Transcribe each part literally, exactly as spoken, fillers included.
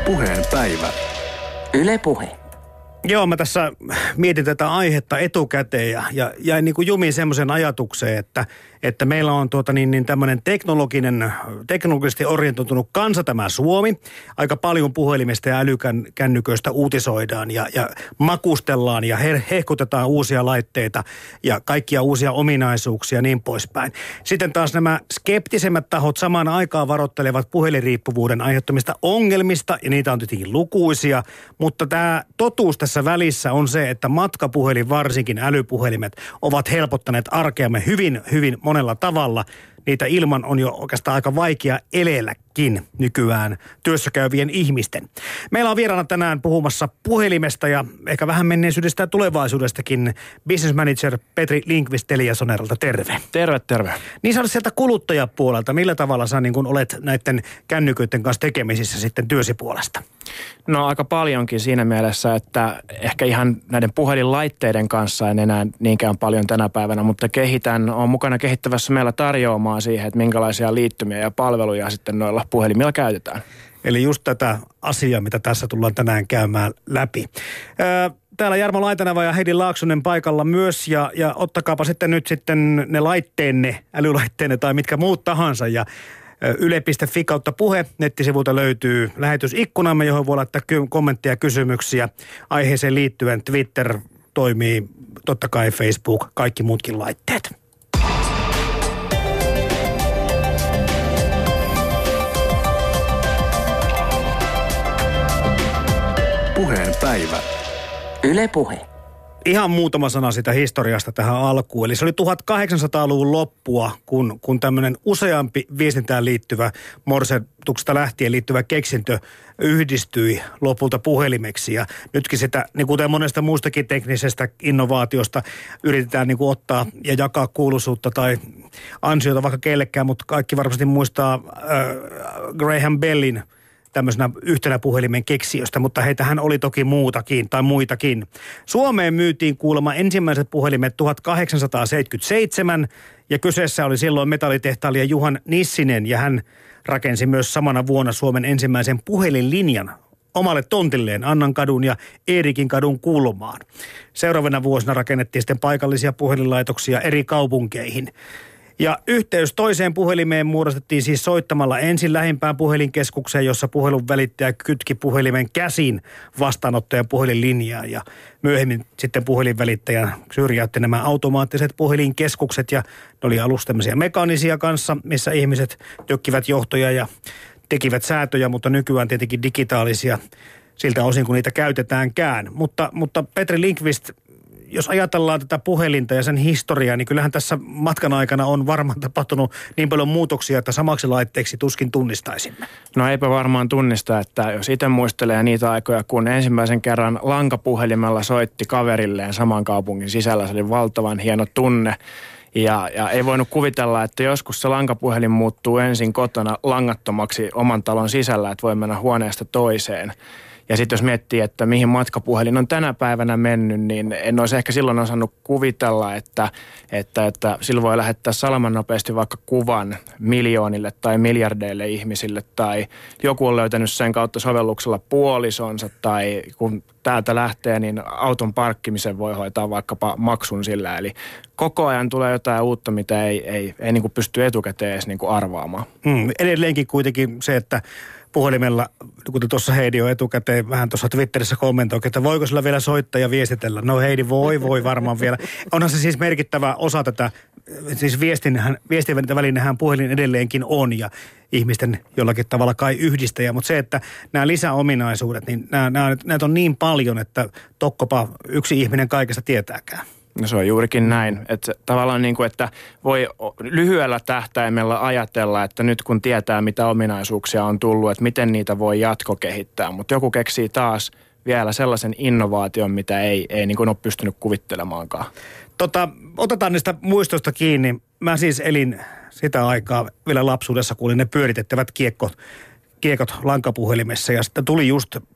Puheen päivä. Yle Puhe. Joo, mä tässä mietin tätä aihetta etukäteen ja, ja jäin niin kuin jumiin semmoisen ajatukseen, että, että meillä on tuota niin, niin tämmöinen teknologinen, teknologisesti orientoitunut kansa tämä Suomi. Aika paljon puhelimesta ja älykännyköistä uutisoidaan ja, ja makustellaan ja he, hehkutetaan uusia laitteita ja kaikkia uusia ominaisuuksia ja niin poispäin. Sitten taas nämä skeptisemmät tahot samaan aikaan varoittelevat puhelinriippuvuuden aiheuttamista ongelmista ja niitä on tietenkin lukuisia, mutta tämä totuus tässä välissä on se, että matkapuhelin, varsinkin älypuhelimet, ovat helpottaneet arkeamme hyvin, hyvin monella tavalla. Niitä ilman on jo oikeastaan aika vaikea elelläkin nykyään työssäkäyvien ihmisten. Meillä on vieraana tänään puhumassa puhelimesta ja ehkä vähän menneisyydestä ja tulevaisuudestakin business manager Petri Lindqvist Teliasoneralta. Terve. Terve, terve. Niin sä olet sieltä kuluttajapuolelta. Millä tavalla sä niin kun olet näiden kännyköiden kanssa tekemisissä sitten työsi puolesta? No aika paljonkin siinä mielessä, että ehkä ihan näiden puhelinlaitteiden kanssa en enää niinkään paljon tänä päivänä, mutta kehitän, olen mukana kehittävässä meillä tarjoamaan siihen, että minkälaisia liittymiä ja palveluja sitten noilla puhelimilla käytetään. Eli just tätä asiaa, mitä tässä tullaan tänään käymään läpi. Täällä Jarmo Laitaneva ja Heidi Laaksonen paikalla myös ja, ja ottakaapa sitten nyt sitten ne laitteenne, älylaitteenne tai mitkä muut tahansa ja yle piste fi kautta puhe nettisivulta löytyy lähetysikkunamme, johon voi laittaa kommentteja ja kysymyksiä aiheeseen liittyen. Twitter toimii, totta kai Facebook, kaikki muutkin laitteet. Puheen päivä. Yle Puhe. Ihan muutama sana sitä historiasta tähän alkuun. Eli se oli tuhatkahdeksansataaluvun loppua, kun, kun tämmöinen useampi viestintään liittyvä, morsetuksesta lähtien liittyvä keksintö yhdistyi lopulta puhelimeksi. Ja nytkin sitä, niin kuten monesta muustakin teknisestä innovaatiosta, yritetään niin kuin ottaa ja jakaa kuuluisuutta tai ansiota vaikka kellekään, mutta kaikki varmasti muistaa äh, Graham Bellin tämmöisenä yhtenä puhelimen keksijöstä, mutta heitähän oli toki muutakin tai muitakin. Suomeen myytiin kuulemma ensimmäiset puhelimet tuhatkahdeksansataaseitsemänkymmentäseitsemän ja kyseessä oli silloin metallitehtailija Juhan Nissinen ja hän rakensi myös samana vuonna Suomen ensimmäisen puhelinlinjan omalle tontilleen Annankadun ja Eerikin kadun kulmaan. Seuraavana vuosina rakennettiin sitten paikallisia puhelinlaitoksia eri kaupunkeihin. Ja yhteys toiseen puhelimeen muodostettiin siis soittamalla ensin lähimpään puhelinkeskukseen, jossa puhelun välittäjä kytki puhelimen käsin vastaanottajan puhelinlinjaan. Ja myöhemmin sitten puhelinvälittäjän syrjäytti nämä automaattiset puhelinkeskukset ja ne oli alussa tämmöisiä mekaanisia kanssa, missä ihmiset tökkivät johtoja ja tekivät säätöjä, mutta nykyään tietenkin digitaalisia siltä osin, kun niitä käytetäänkään. Mutta, mutta Petri Lindqvist, jos ajatellaan tätä puhelinta ja sen historiaa, niin kyllähän tässä matkan aikana on varmaan tapahtunut niin paljon muutoksia, että samaksi laitteeksi tuskin tunnistaisimme. No eipä varmaan tunnista, että jos itse muistelee niitä aikoja, kun ensimmäisen kerran lankapuhelimella soitti kaverilleen saman kaupungin sisällä, se oli valtavan hieno tunne. Ja, ja ei voinut kuvitella, että joskus se lankapuhelin muuttuu ensin kotona langattomaksi oman talon sisällä, että voi mennä huoneesta toiseen. Ja sitten jos miettii, että mihin matkapuhelin on tänä päivänä mennyt, niin en olisi ehkä silloin osannut kuvitella, että, että, että silloin voi lähettää salaman nopeasti vaikka kuvan miljoonille tai miljardeille ihmisille. Tai joku on löytänyt sen kautta sovelluksella puolisonsa tai kun täältä lähtee, niin auton parkkimisen voi hoitaa vaikkapa maksun sillä. Eli koko ajan tulee jotain uutta, mitä ei, ei, ei niin kuin pysty etukäteen edes niin kuin arvaamaan. Hmm, edelleenkin kuitenkin se, että puhelimella, kuten tuossa Heidi on etukäteen vähän tuossa Twitterissä kommentoi, että voiko sillä vielä soittaa ja viestitellä. No Heidi, voi, voi varmaan vielä. Onhan se siis merkittävä osa tätä, siis viestinhän, viestinvälinehän puhelin edelleenkin on ja ihmisten jollakin tavalla kai yhdistäjä. Mutta se, että nämä lisäominaisuudet, niin nämä, nämä, näitä on niin paljon, että tokkopa yksi ihminen kaikesta tietääkään. No se on juurikin näin, että tavallaan niin kuin, että voi lyhyellä tähtäimellä ajatella, että nyt kun tietää mitä ominaisuuksia on tullut, että miten niitä voi jatkokehittää, mutta joku keksii taas vielä sellaisen innovaation, mitä ei, ei niin kuin ole pystynyt kuvittelemaankaan. Tota, otetaan niistä muistoista kiinni. Mä siis elin sitä aikaa vielä lapsuudessa, kun oli ne pyöritettävät kiekkot, kiekot lankapuhelimessa ja sitten tuli just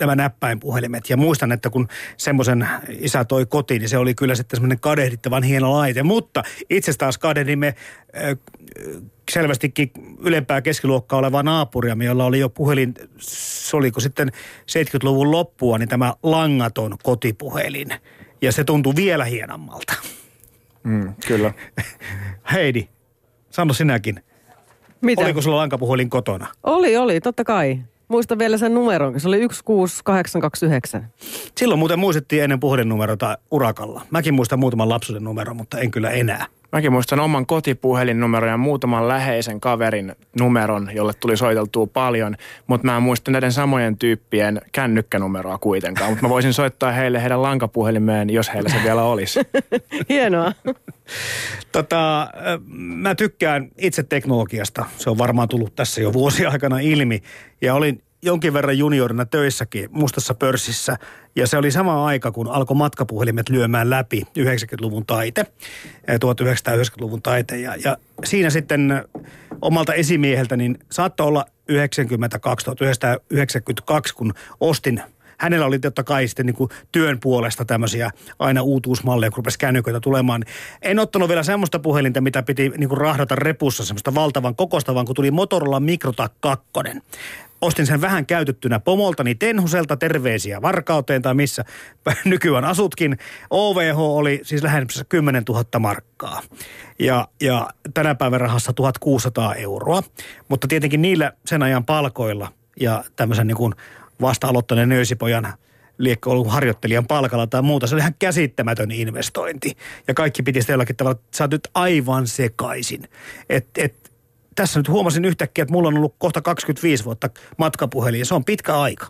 nämä näppäinpuhelimet. Ja muistan, että kun semmoisen isä toi kotiin, niin se oli kyllä sitten semmoinen kadehdittavan hieno laite. Mutta itse taas kadehdimme äh, selvästikin ylempää keskiluokkaa olevaa naapuriamme, jolla oli jo puhelin, se oliko sitten seitsemänkymmentäluvun loppua, niin tämä langaton kotipuhelin. Ja se tuntui vielä hienommalta. Mm, kyllä. Heidi, sano sinäkin. Mitä? Oliko sulla lankapuhelin kotona? Oli, oli, totta kai. Muistan vielä sen numeron, se oli yksi kuusi kahdeksan kaksi yhdeksän. Silloin muuten muistettiin ennen puhelinnumerota urakalla. Mäkin muistan muutaman lapsuuden numeron, mutta en kyllä enää. Mäkin muistan oman kotipuhelinnumeron ja muutaman läheisen kaverin numeron, jolle tuli soiteltua paljon, mutta mä en muista näiden samojen tyyppien kännykkänumeroa kuitenkaan, mutta mä voisin soittaa heille heidän lankapuhelimeen, jos heillä se vielä olisi. Hienoa. Tota, mä tykkään itse teknologiasta. Se on varmaan tullut tässä jo vuosia aikana ilmi. Ja olin jonkin verran juniorina töissäkin mustassa pörssissä. Ja se oli sama aika, kun alkoi matkapuhelimet lyömään läpi yhdeksänkymmentäluvun taite, tuhatyhdeksänsataayhdeksänkymmentäluvun taite. Ja, ja siinä sitten omalta esimieheltä niin saattoi olla yhdeksänkymmentäkaksi tuhatyhdeksänsataayhdeksänkymmentäkaksi, kun ostin. Hänellä oli totta kai sitten niin kuin työn puolesta tämmöisiä aina uutuusmalleja, kun rupesi kännyköitä tulemaan. En ottanut vielä semmoista puhelinta, mitä piti niin kuin rahdata repussa, semmoista valtavan kokosta, vaan kun tuli Motorola Microtac kaksi. Ostin sen vähän käytettynä pomoltani Tenhuselta, terveisiä Varkauteen tai missä nykyään asutkin. O V H oli siis lähes kymmenen tuhatta markkaa ja, ja tänä päivän rahassa tuhatkuusisataa euroa. Mutta tietenkin niillä sen ajan palkoilla ja tämmöisen niin kuin vasta aloittaneen nöysipojan liekko ollut harjoittelijan palkalla tai muuta. Se oli ihan käsittämätön investointi. Ja kaikki piti sitä jollakin tavalla, että sä oot nyt aivan sekaisin. Et, et, tässä nyt huomasin yhtäkkiä, että mulla on ollut kohta kaksikymmentäviisi vuotta matkapuhelin ja se on pitkä aika.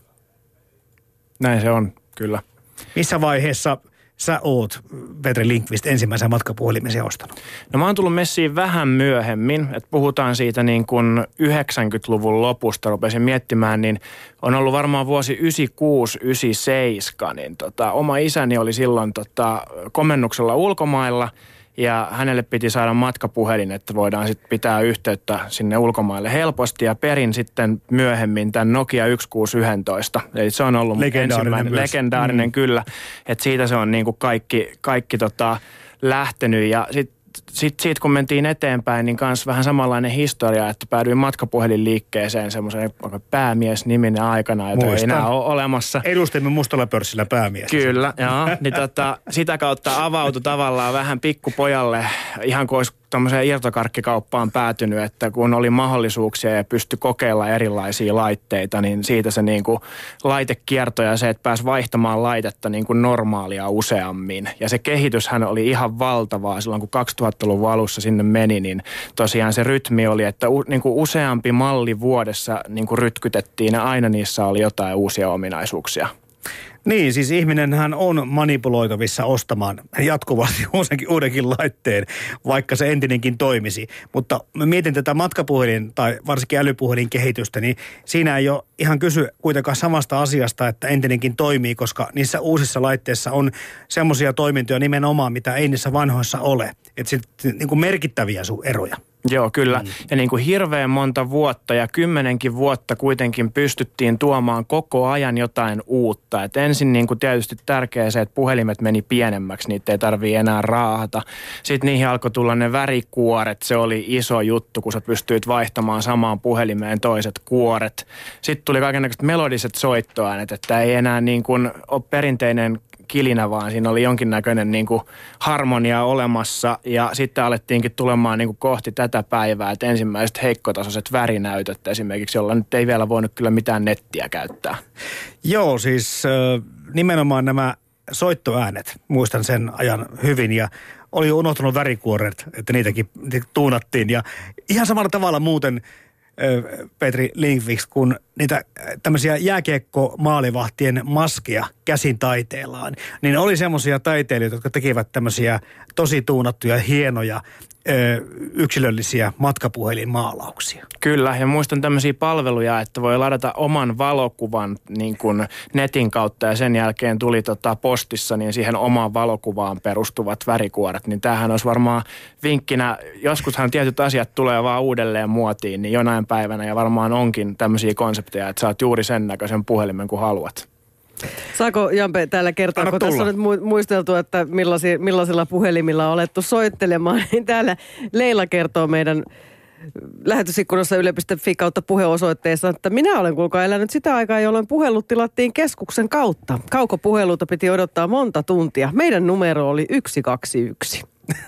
Näin se on, kyllä. Missä vaiheessa sä oot, Petri Lindqvist, ensimmäisen matkapuhelimesi ostanut? No mä oon tullut messiin vähän myöhemmin, että puhutaan siitä niin kuin yhdeksänkymmentäluvun lopusta, rupesin miettimään, niin on ollut varmaan vuosi yhdeksänkymmentäkuusi yhdeksänkymmentäseitsemän, niin tota, oma isäni oli silloin tota, komennuksella ulkomailla ja hänelle piti saada matkapuhelin, että voidaan sitten pitää yhteyttä sinne ulkomaille helposti ja perin sitten myöhemmin tämän Nokia yksi kuusi yksi yksi. Eli se on ollut ensimmäinen, legendaarinen mm. kyllä, että siitä se on niin kuin kaikki, kaikki tota lähtenyt ja sitten sit, siitä kun mentiin eteenpäin, niin kanssa vähän samanlainen historia, että päädyin matkapuhelinliikkeeseen semmoisen Päämies-niminen aikana, jota ei enää ole olemassa. Edustimme mustalla pörssillä Päämies. Kyllä, joo. Niin tota, sitä kautta avautui tavallaan vähän pikkupojalle, ihan kuin olisi tämmöiseen irtokarkkikauppaan päätynyt, että kun oli mahdollisuuksia ja pystyi kokeilla erilaisia laitteita, niin siitä se niin kuin laitekierto ja se, että pääsi vaihtamaan laitetta niin kuin normaalia useammin. Ja se kehityshän oli ihan valtavaa silloin, kun kaksituhattaluvun alussa sinne meni, niin tosiaan se rytmi oli, että u, niin kuin useampi malli vuodessa niin kuin rytkytettiin ja aina niissä oli jotain uusia ominaisuuksia. Niin, siis ihminenhän on manipuloitavissa ostamaan jatkuvasti uudenkin, uudenkin laitteen, vaikka se entinenkin toimisi. Mutta mä mietin tätä matkapuhelin tai varsinkin älypuhelin kehitystä, niin siinä ei ole ihan kysy kuitenkaan samasta asiasta, että entinenkin toimii, koska niissä uusissa laitteissa on semmoisia toimintoja nimenomaan, mitä ei niissä vanhoissa ole. Että sitten niin kuin merkittäviä sun eroja. Joo, kyllä. Mm. Ja niin kuin hirveän monta vuotta ja kymmenenkin vuotta kuitenkin pystyttiin tuomaan koko ajan jotain uutta. Et ensin niin kuin tietysti tärkeää se, että puhelimet meni pienemmäksi, niitä ei tarvitse enää raahata. Sitten niihin alkoi tulla ne värikuoret, se oli iso juttu, kun sä pystyit vaihtamaan samaan puhelimeen toiset kuoret. Sitten tuli kaikennäköiset melodiset soittoäänet, että ei enää niin kuin ole perinteinen kilinä, vaan siinä oli jonkinnäköinen niin kuin harmonia olemassa ja sitten alettiinkin tulemaan niin kuin kohti tätä päivää, että ensimmäiset heikkotasoiset värinäytöt esimerkiksi, jolla nyt ei vielä voinut kyllä mitään nettiä käyttää. Joo, siis nimenomaan nämä soittoäänet, muistan sen ajan hyvin ja oli jo unohtunut värikuoret, että niitäkin tuunattiin ja ihan samalla tavalla muuten Petri Lindqvist, kun niitä tämmöisiä jääkiekko-maalivahtien maskeja käsin taiteellaan, niin oli semmoisia taiteilijoita, jotka tekivät tämmöisiä tosi tuunattuja, hienoja, ö, yksilöllisiä matkapuhelinmaalauksia. Kyllä, ja muistan tämmöisiä palveluja, että voi ladata oman valokuvan niin kuin netin kautta, ja sen jälkeen tuli tota postissa niin siihen omaan valokuvaan perustuvat värikuoret, niin tämähän olisi varmaan vinkkinä, joskushan tietyt asiat tulee vaan uudelleen muotiin, niin jonain päivänä, ja varmaan onkin tämmöisiä konsepteja, että saat juuri sen näköisen puhelimen kuin haluat. Saako Jampe täällä kertoa, Anna kun tässä tulla. on nyt muisteltu, että millaisi, millaisilla puhelimilla on alettu soittelemaan, niin täällä Leila kertoo meidän lähetysikkunassa yle piste fi kautta puheosoitteessa, että minä olen kuulkaa elänyt sitä aikaa, jolloin puhelut tilattiin keskuksen kautta. Kaukopuheluta piti odottaa monta tuntia. Meidän numero oli yksi kaksi yksi.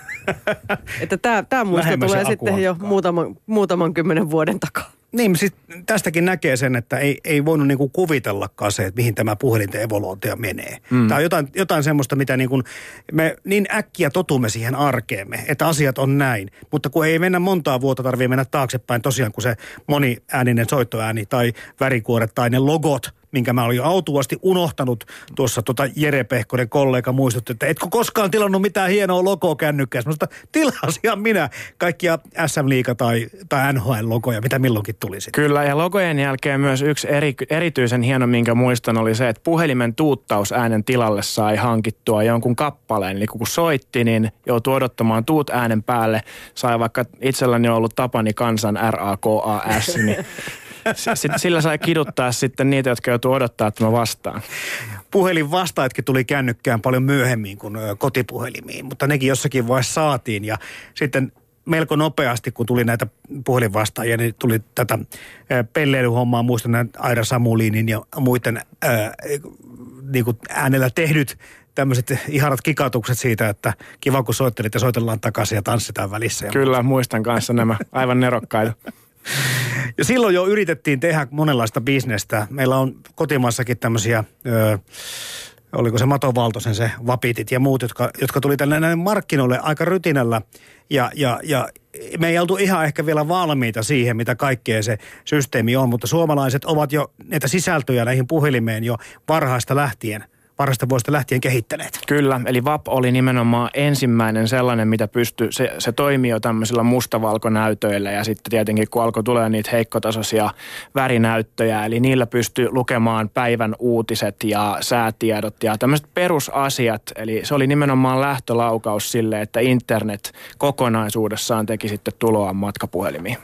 Että tämä, tämä muisto Lähemmä tulee se sitten jo akuankkaan. muutaman, muutaman kymmenen vuoden takaa. Niin, siis tästäkin näkee sen, että ei, ei voinut niinku kuvitellakaan se, että mihin tämä puhelinten evoluutio menee. Mm. Tämä on jotain, jotain semmoista, mitä niin kuin me niin äkkiä totumme siihen arkeemme, että asiat on näin. Mutta kun ei mennä montaa vuotta, tarvii mennä taaksepäin tosiaan, kun se moniääninen soittoääni tai värikuoret tai ne logot, minkä mä olin jo autuasti unohtanut tuossa tota Jere Pehkonen kollega muistutti, että etkö koskaan tilannut mitään hienoa logoa kännykkää. Semmoista tilasia minä kaikkia S M-liiga tai, tai N H L-logoja, mitä milloinkin tuli sitten. Kyllä, ja logojen jälkeen myös yksi eri, erityisen hieno, minkä muistan, oli se, että puhelimen tuuttausäänen tilalle sai hankittua jonkun kappaleen. Eli kun soitti, niin joutui odottamaan tuut äänen päälle. Sai vaikka itselläni on ollut Tapani Kansan R A K A S, niin sillä sai kiduttaa sitten niitä, jotka joutuu odottaa, että mä vastaan. Puhelin vastaajatkin tuli kännykkään paljon myöhemmin kuin ö, kotipuhelimiin, mutta nekin jossakin vaiheessa saatiin ja sitten melko nopeasti, kun tuli näitä puhelinvastaajia, niin tuli tätä ö, pelleilyhommaa, muistan näin Aira Samulinin ja muiden ö, niin kuin äänellä tehdyt tämmöiset ihanat kikatukset siitä, että kiva kun soittelit ja soitellaan takaisin ja tanssitaan välissä. Ja Kyllä, muistan kanssa nämä aivan nerokkaita. Ja silloin jo yritettiin tehdä monenlaista bisnestä. Meillä on kotimaassakin tämmöisiä, ö, oliko se Mato Valtosen se Vapitit ja muut, jotka, jotka tuli tänne markkinoille aika rytinällä. Ja, ja, ja me ei oltu ihan ehkä vielä valmiita siihen, mitä kaikkea se systeemi on, mutta suomalaiset ovat jo näitä sisältöjä näihin puhelimeen jo varhaista lähtien. Varhaista vuodesta lähtien kehittäneet. Kyllä, eli V A P oli nimenomaan ensimmäinen sellainen, mitä pystyi, se, se toimii jo tämmöisillä mustavalkonäytöillä ja sitten tietenkin kun alkoi tulee niitä heikkotasoisia värinäyttöjä, eli niillä pystyi lukemaan päivän uutiset ja säätiedot ja tämmöiset perusasiat, eli se oli nimenomaan lähtölaukaus sille, että internet kokonaisuudessaan teki sitten tuloa matkapuhelimiin.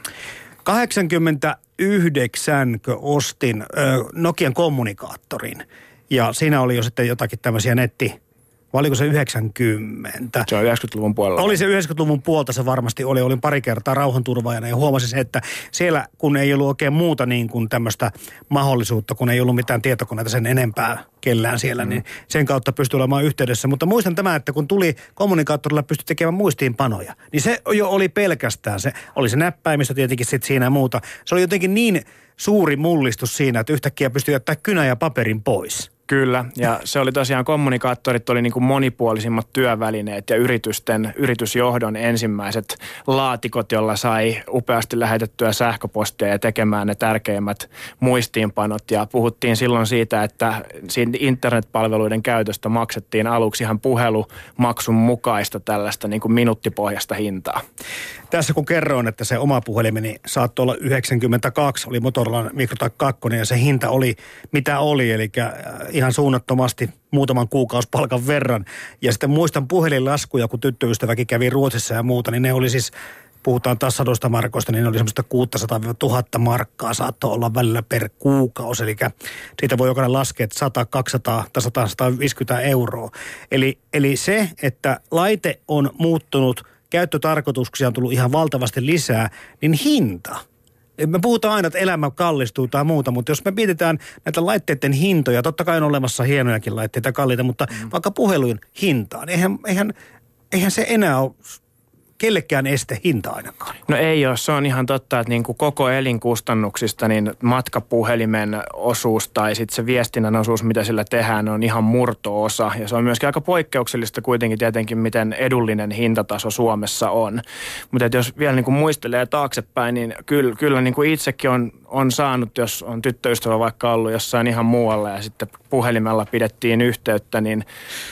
kahdeksankymmentäyhdeksän ostin ö, Nokian kommunikaattorin. Ja siinä oli jo sitten jotakin tämmöisiä netti, vai oliko se yhdeksänkymmentä? Se on yhdeksänkymmentäluvun puolella. Oli se yhdeksänkymmentäluvun puolta se varmasti oli. Olin pari kertaa rauhanturvaajana ja huomasin se, että siellä kun ei ollut oikein muuta niin kuin tämmöistä mahdollisuutta, kun ei ollut mitään tietokoneita sen enempää kellään siellä, mm. niin sen kautta pystyi olemaan yhteydessä. Mutta muistan tämä, että kun tuli kommunikaattorilla pystyi tekemään muistiinpanoja, niin se jo oli pelkästään. Se oli se näppäimistö tietenkin sitten siinä ja muuta. Se oli jotenkin niin suuri mullistus siinä, että yhtäkkiä pystyi jättää kynän ja paperin pois. Kyllä, ja se oli tosiaan, kommunikaattorit oli niin kuin monipuolisimmat työvälineet ja yritysten, yritysjohdon ensimmäiset laatikot, jolla sai upeasti lähetettyä sähköpostia ja tekemään ne tärkeimmät muistiinpanot. Ja puhuttiin silloin siitä, että siinä internetpalveluiden käytöstä maksettiin aluksi ihan puhelumaksun mukaista tällaista niin kuin minuuttipohjasta hintaa. Tässä kun kerroin, että se oma puhelimeni saattoi olla yhdeksänkymmentäkaksi, oli Motorolan Microtak kaksi ja se hinta oli mitä oli, eli ihan suunnattomasti muutaman kuukausipalkan verran. Ja sitten muistan puhelinlaskuja, kun tyttöystäväkin kävi Ruotsissa ja muuta, niin ne oli siis, puhutaan taas sadosta markoista, niin ne oli semmoista kuusisataa tuhatta markkaa saattoi olla välillä per kuukausi. Eli siitä voi jokainen laskea, että sata, kaksisataa tai sata, sata viisikymmentä euroa. Eli, eli se, että laite on muuttunut, käyttötarkoituksia on tullut ihan valtavasti lisää, niin hinta. Me puhutaan aina, että elämä kallistuu tai muuta, mutta jos me mietitään näitä laitteiden hintoja, totta kai on olemassa hienojakin laitteita kalliita, mutta mm. vaikka puhelujen hintaan, eihän, eihän, eihän se enää ole kellekään este hinta ainakaan. No ei ole, se on ihan totta, että niin kuin koko elinkustannuksista niin matkapuhelimen osuus tai sitten se viestinnän osuus, mitä sillä tehdään, on ihan murto-osa. Ja se on myöskin aika poikkeuksellista kuitenkin tietenkin, miten edullinen hintataso Suomessa on. Mutta jos vielä niin kuin muistelee taaksepäin, niin kyllä, kyllä niin kuin itsekin on, on saanut, jos on tyttöystävä vaikka ollut jossain ihan muualla ja sitten puhelimella pidettiin yhteyttä, niin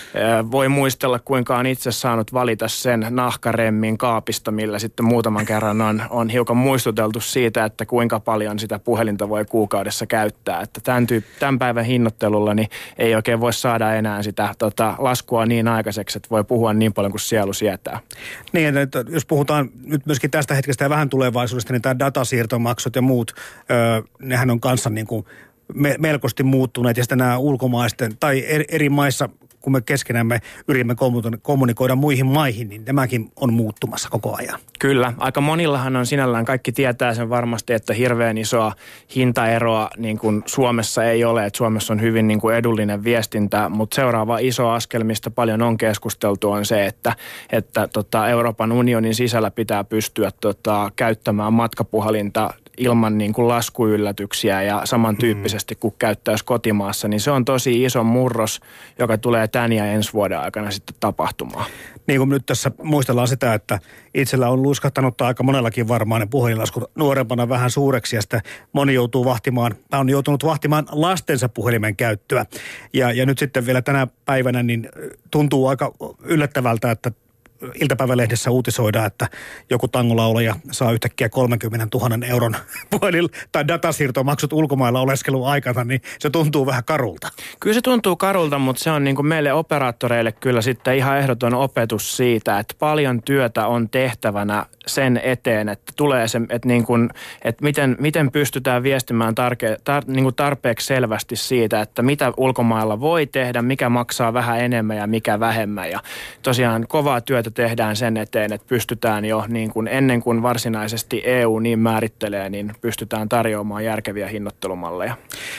voi muistella, kuinka on itse saanut valita sen nahkaremmin kaapista, millä sitten muutaman kerran on, on hiukan muistuteltu siitä, että kuinka paljon sitä puhelinta voi kuukaudessa käyttää. Että tämän, tyyp, tämän päivän hinnoittelulla niin ei oikein voi saada enää sitä tota, laskua niin aikaiseksi, että voi puhua niin paljon kuin sielu sietää. Niin, että jos puhutaan nyt myöskin tästä hetkestä ja vähän tulevaisuudesta, niin tämä datasiirtomaksut ja muut, öö, nehän on kanssa niin kuin me, melkoisesti muuttuneet ja sitten nämä ulkomaisten tai eri, eri maissa, kun me keskenämme yritämme kommunikoida muihin maihin, niin tämäkin on muuttumassa koko ajan. Kyllä. Aika monillahan on sinällään, kaikki tietää sen varmasti, että hirveän isoa hintaeroa niin kuin Suomessa ei ole. Että Suomessa on hyvin niin kuin edullinen viestintä, mutta seuraava iso askel, mistä paljon on keskusteltu, on se, että, että tota, Euroopan unionin sisällä pitää pystyä tota, käyttämään matkapuhelinta ilman niin kuin laskuyllätyksiä ja samantyyppisesti kuin käyttäisi kotimaassa, niin se on tosi iso murros, joka tulee tämän ja ensi vuoden aikana sitten tapahtumaan. Niin kuin nyt tässä muistellaan sitä, että itsellä on luiskahtanut aika monellakin varmaan ne puhelinlaskut nuorempana vähän suureksi ja sitten moni joutuu vahtimaan, tai on joutunut vahtimaan lastensa puhelimen käyttöä. Ja, ja nyt sitten vielä tänä päivänä niin tuntuu aika yllättävältä, että iltapäivälehdessä uutisoidaan, että joku tangolaulaja saa yhtäkkiä kolmekymmentätuhatta euron puhelin- tai datasiirtomaksut ulkomailla oleskelun aikana, niin se tuntuu vähän karulta. Kyllä se tuntuu karulta, mutta se on niin kuin meille operaattoreille kyllä sitten ihan ehdoton opetus siitä, että paljon työtä on tehtävänä sen eteen, että tulee se, että, niin kuin, että miten, miten pystytään viestimään tarke, tar, niin kuin tarpeeksi selvästi siitä, että mitä ulkomailla voi tehdä, mikä maksaa vähän enemmän ja mikä vähemmän. Ja tosiaan kovaa työtä tehdään sen eteen, että pystytään jo niin kuin ennen kuin varsinaisesti E U niin määrittelee, niin pystytään tarjoamaan järkeviä hinnoittelumalleja.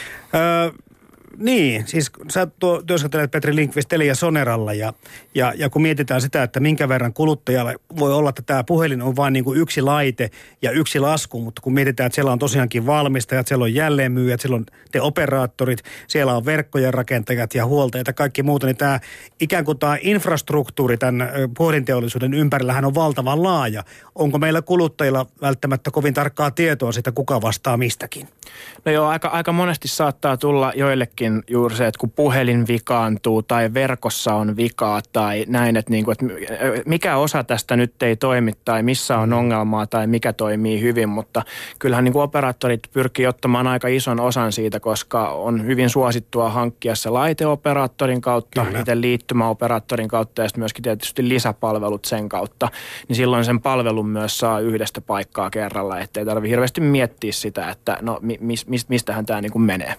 Öö, niin, siis sä tuo, työskentelet Petri Lindqvist Telia Soneralla ja, ja, ja kun mietitään sitä, että minkä verran kuluttajalle voi olla, että tämä puhelin on vain niin kuin yksi laite ja yksi lasku, mutta kun mietitään, että siellä on tosiaankin valmistajat, siellä on jälleenmyyjät, siellä on te operaattorit, siellä on verkkojen rakentajat ja huoltajat ja kaikki muuta, niin tämä ikään kuin tämä infrastruktuuri tämän puhelinteollisuuden ympärillähän on valtavan laaja. Onko meillä kuluttajilla välttämättä kovin tarkkaa tietoa siitä, kuka vastaa mistäkin? No joo, aika, aika monesti saattaa tulla joillekin juuri se, että kun puhelin vikaantuu tai verkossa on vikaa tai näin, että, niin kuin, että mikä osa tästä nyt ei toimi tai missä on ongelmaa tai mikä toimii hyvin, mutta kyllähän niin kuin operaattorit pyrkii ottamaan aika ison osan siitä, koska on hyvin suosittua hankkia se laiteoperaattorin kautta, itse liittymäoperaattorin kautta ja sitten myöskin tietysti lisäpalvelut sen kautta, niin silloin sen palvelun myös saa yhdestä paikkaa kerralla, ettei tarvitse hirveästi miettiä sitä, että no mis, mis, mistähän tämä niin kuin menee.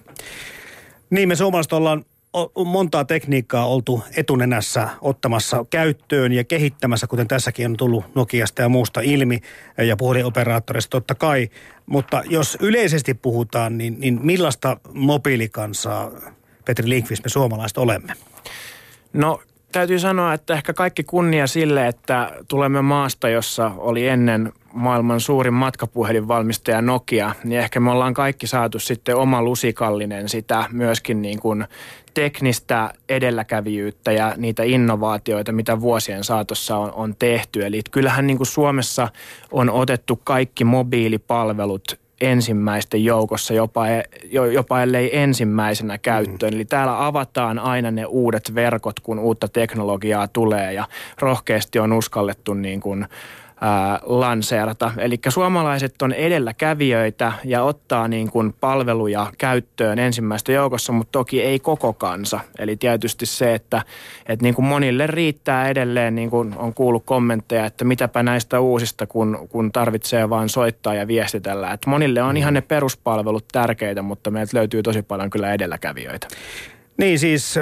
Niin, me suomalaiset ollaan montaa tekniikkaa oltu etunenässä ottamassa käyttöön ja kehittämässä, kuten tässäkin on tullut Nokiasta ja muusta ilmi ja puhelinoperaattorista totta kai. Mutta jos yleisesti puhutaan, niin, niin millaista mobiilikansaa, Petri Lindqvist, me suomalaiset olemme? No täytyy sanoa, että ehkä kaikki kunnia sille, että tulemme maasta, jossa oli ennen maailman suurin matkapuhelinvalmistaja Nokia, niin ehkä me ollaan kaikki saatu sitten oma lusikallinen sitä myöskin niin kuin teknistä edelläkävijyyttä ja niitä innovaatioita, mitä vuosien saatossa on, on tehty. Eli kyllähän niin kuin Suomessa on otettu kaikki mobiilipalvelut ensimmäisten joukossa, jopa, jopa ellei ensimmäisenä käyttöön. Mm. Eli täällä avataan aina ne uudet verkot, kun uutta teknologiaa tulee ja rohkeasti on uskallettu niin kuin Ää, lanseerata. Eli suomalaiset on edelläkävijöitä ja ottaa niin kuin palveluja käyttöön ensimmäistä joukossa, mutta toki ei koko kansa. Eli tietysti se, että, että niin kuin monille riittää edelleen, niin kuin on kuullut kommentteja, että mitäpä näistä uusista, kun, kun tarvitsee vaan soittaa ja viestitellä. Että monille on ihan ne peruspalvelut tärkeitä, mutta meiltä löytyy tosi paljon kyllä edelläkävijöitä. Niin siis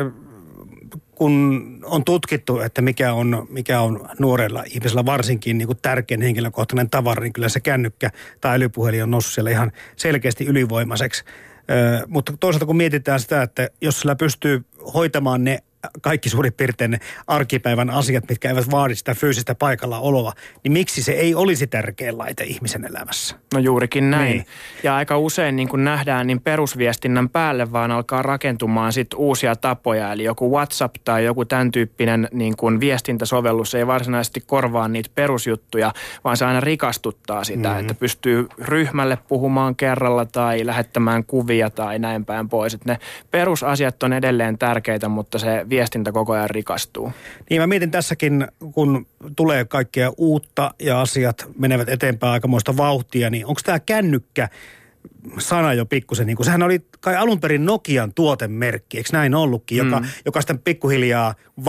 kun on tutkittu, että mikä on, mikä on nuorella ihmisellä varsinkin niin kuin tärkein henkilökohtainen tavara, niin kyllä se kännykkä tai älypuhelin on noussut siellä ihan selkeästi ylivoimaiseksi. Ö, mutta toisaalta kun mietitään sitä, että jos sillä pystyy hoitamaan ne kaikki suurin piirtein ne arkipäivän asiat, mitkä eivät vaadi sitä fyysistä paikallaoloa, niin miksi se ei olisi tärkeä laite ihmisen elämässä? No juurikin näin. Niin. Ja aika usein niin kuin nähdään, niin perusviestinnän päälle vaan alkaa rakentumaan sit uusia tapoja. Eli joku WhatsApp tai joku tämän tyyppinen niin kuin viestintäsovellus ei varsinaisesti korvaa niitä perusjuttuja, vaan se aina rikastuttaa sitä, mm-hmm. että pystyy ryhmälle puhumaan kerralla tai lähettämään kuvia tai näin päin pois. Että ne perusasiat on edelleen tärkeitä, mutta se viestintä koko ajan rikastuu. Niin mä mietin tässäkin, kun tulee kaikkea uutta ja asiat menevät eteenpäin aikamoista vauhtia, niin onko tämä kännykkä sana jo pikkusen, niin kuin sehän oli kai alun perin Nokian tuotemerkki, eikö näin ollutkin, joka, mm. joka sitten pikkuhiljaa valu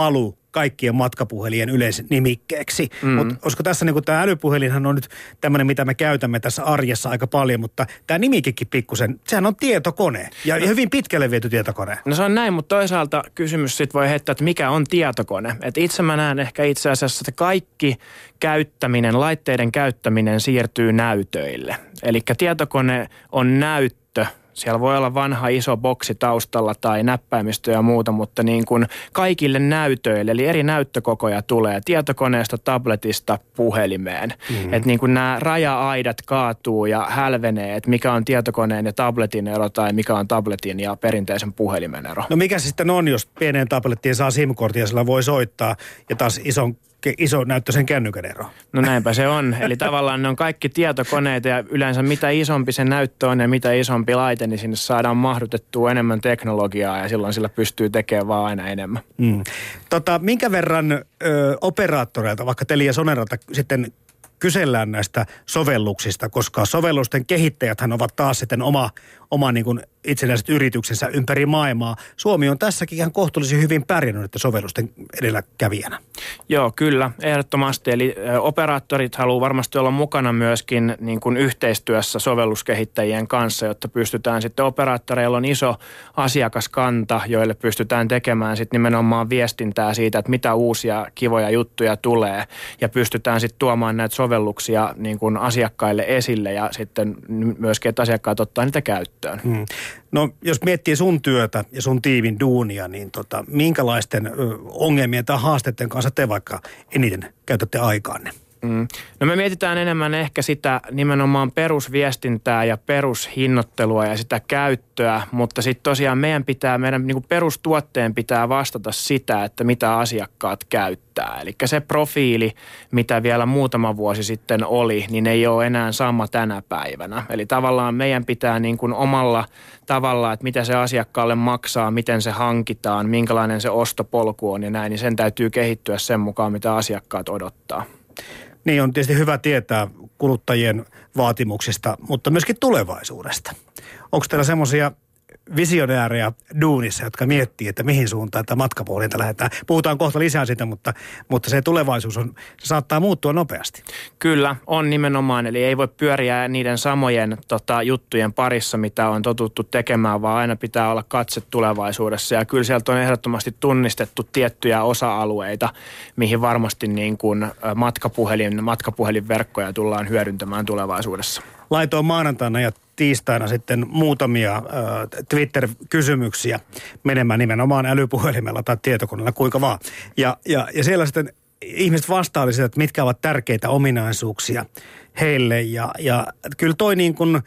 kaikkien matkapuhelien yleisnimikkeeksi. Mm. Mutta olisiko tässä niin tämä älypuhelinhan on nyt tämmöinen, mitä me käytämme tässä arjessa aika paljon, mutta tämä nimikekin pikkusen, sehän on tietokone ja, ja hyvin pitkälle viety tietokone. No se on näin, mutta toisaalta kysymys sitten voi heittää, että mikä on tietokone. Et itse mä näen ehkä itse asiassa, että kaikki käyttäminen, laitteiden käyttäminen siirtyy näytöille. Eli tietokone on näyttö. Siellä voi olla vanha iso boksi taustalla tai näppäimistö ja muuta, mutta niin kuin kaikille näytöille, eli eri näyttökokoja tulee tietokoneesta, tabletista, puhelimeen. Mm-hmm. Että niin kuin nämä raja-aidat kaatuu ja hälvenee, että mikä on tietokoneen ja tabletin ero tai mikä on tabletin ja perinteisen puhelimen ero. No mikä sitten on, jos pieneen tablettiin saa SIM-kortin ja sillä voi soittaa ja taas ison iso näyttöisen kännykän ero. No näinpä se on. Eli tavallaan ne on kaikki tietokoneita ja yleensä mitä isompi se näyttö on ja mitä isompi laite, niin sinne saadaan mahdutettua enemmän teknologiaa ja silloin sillä pystyy tekemään vaan aina enemmän. Mm. Tota, minkä verran ö, operaattoreilta, vaikka Telia Soneralta sitten kysellään näistä sovelluksista, koska sovellusten kehittäjäthän ovat taas sitten oma, oma niin kuin itsenäiset yrityksensä ympäri maailmaa. Suomi on tässäkin ihan kohtuullisen hyvin pärjännyt, että sovellusten edelläkävijänä. Joo, kyllä, ehdottomasti. Eli operaattorit haluaa varmasti olla mukana myöskin niin kuin yhteistyössä sovelluskehittäjien kanssa, jotta pystytään sitten, operaattoreilla on iso asiakaskanta, joille pystytään tekemään sitten nimenomaan viestintää siitä, että mitä uusia kivoja juttuja tulee ja pystytään sitten tuomaan näitä sovelluksia niin kuin asiakkaille esille ja sitten myöskin, että asiakkaat ottaa niitä käyttöön. Hmm. No jos miettii sun työtä ja sun tiivin duunia, niin tota, minkälaisten ö, ongelmien tai haasteiden kanssa te vaikka eniten käytätte aikaanne? Mm. No me mietitään enemmän ehkä sitä nimenomaan perusviestintää ja perushinnoittelua ja sitä käyttöä, mutta sitten tosiaan meidän pitää, meidän niin kuin perustuotteen pitää vastata sitä, että mitä asiakkaat käyttää. Eli se profiili, mitä vielä muutama vuosi sitten oli, niin ei ole enää sama tänä päivänä. Eli tavallaan meidän pitää niin kuin omalla tavalla, että mitä se asiakkaalle maksaa, miten se hankitaan, minkälainen se ostopolku on ja näin, niin sen täytyy kehittyä sen mukaan, mitä asiakkaat odottaa. Niin on tietysti hyvä tietää kuluttajien vaatimuksista, mutta myöskin tulevaisuudesta. Onko teillä semmoisia visionäärejä duunissa, jotka miettii, että mihin suuntaan tätä matkapuhelinta lähdetään? Puhutaan kohta lisää sitä, mutta, mutta se tulevaisuus on, se saattaa muuttua nopeasti. Kyllä, on nimenomaan. Eli ei voi pyöriä niiden samojen tota, juttujen parissa, mitä on totuttu tekemään, vaan aina pitää olla katse tulevaisuudessa. Ja kyllä sieltä on ehdottomasti tunnistettu tiettyjä osa-alueita, mihin varmasti niin kuin matkapuhelin, matkapuhelinverkkoja tullaan hyödyntämään tulevaisuudessa. Laitoin maanantaina ja tiistaina sitten muutamia äh, Twitter-kysymyksiä menemään nimenomaan älypuhelimella tai tietokoneella, kuinka vaan. Ja, ja, ja siellä sitten ihmiset vastailivat, että mitkä ovat tärkeitä ominaisuuksia heille. Ja, ja kyllä toi niin kuin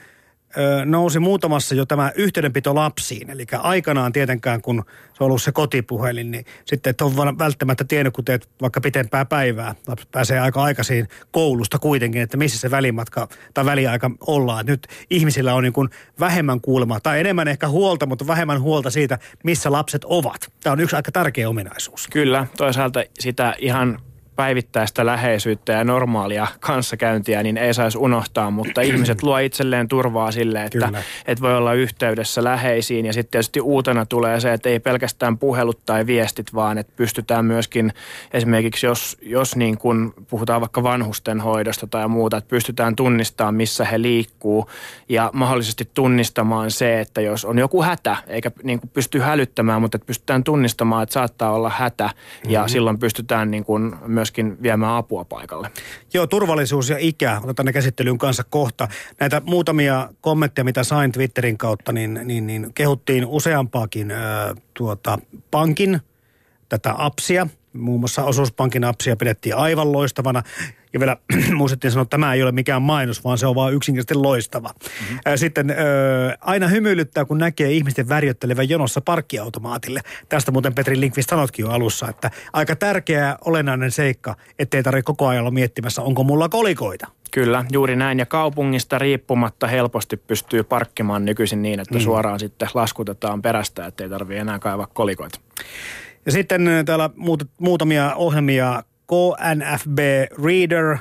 nousi muutamassa jo tämä yhteydenpito lapsiin. Eli aikanaan tietenkään, kun se on ollut se kotipuhelin, niin sitten et on välttämättä tiennyt, kun teet vaikka pitempää päivää. Lapsi pääsee aika aikaisin koulusta kuitenkin, että missä se välimatka tai väliaika ollaan. Et nyt ihmisillä on niin kuin vähemmän kuulemaa tai enemmän ehkä huolta, mutta vähemmän huolta siitä, missä lapset ovat. Tämä on yksi aika tärkeä ominaisuus. Kyllä, toisaalta sitä ihan päivittäistä läheisyyttä ja normaalia kanssakäyntiä, niin ei saisi unohtaa, mutta ihmiset luo itselleen turvaa sille, että, että voi olla yhteydessä läheisiin. Ja sitten tietysti uutena tulee se, että ei pelkästään puhelut tai viestit, vaan että pystytään myöskin esimerkiksi, jos, jos niin kuin puhutaan vaikka vanhusten hoidosta tai muuta, että pystytään tunnistamaan, missä he liikkuu ja mahdollisesti tunnistamaan se, että jos on joku hätä, eikä niin kuin pysty hälyttämään, mutta että pystytään tunnistamaan, että saattaa olla hätä ja mm-hmm. silloin pystytään niin kuin myöskin viemään apua paikalle. Joo, turvallisuus ja ikä, otetaan ne käsittelyyn kanssa kohta. Näitä muutamia kommentteja, mitä sain Twitterin kautta, niin, niin, niin kehuttiin useampaakin äh, tuota, pankin tätä appsia. Muun muassa Osuuspankin appsia pidettiin aivan loistavana. Ja vielä muistettiin sanoa, että tämä ei ole mikään mainos, vaan se on vaan yksinkertaisesti loistava. Mm-hmm. Sitten ö, aina hymyilyttää, kun näkee ihmisten värjöttelevän jonossa parkkiautomaatille. Tästä muuten Petri Lindqvist sanotkin jo alussa, että aika tärkeä olennainen seikka, ettei tarvitse koko ajan olla miettimässä, onko mulla kolikoita. Kyllä, juuri näin. Ja kaupungista riippumatta helposti pystyy parkkimaan nykyisin niin, että mm. suoraan sitten laskutetaan perästä, ettei tarvitse enää kaivaa kolikoita. Ja sitten täällä muutamia ohjelmia, K N F B Reader,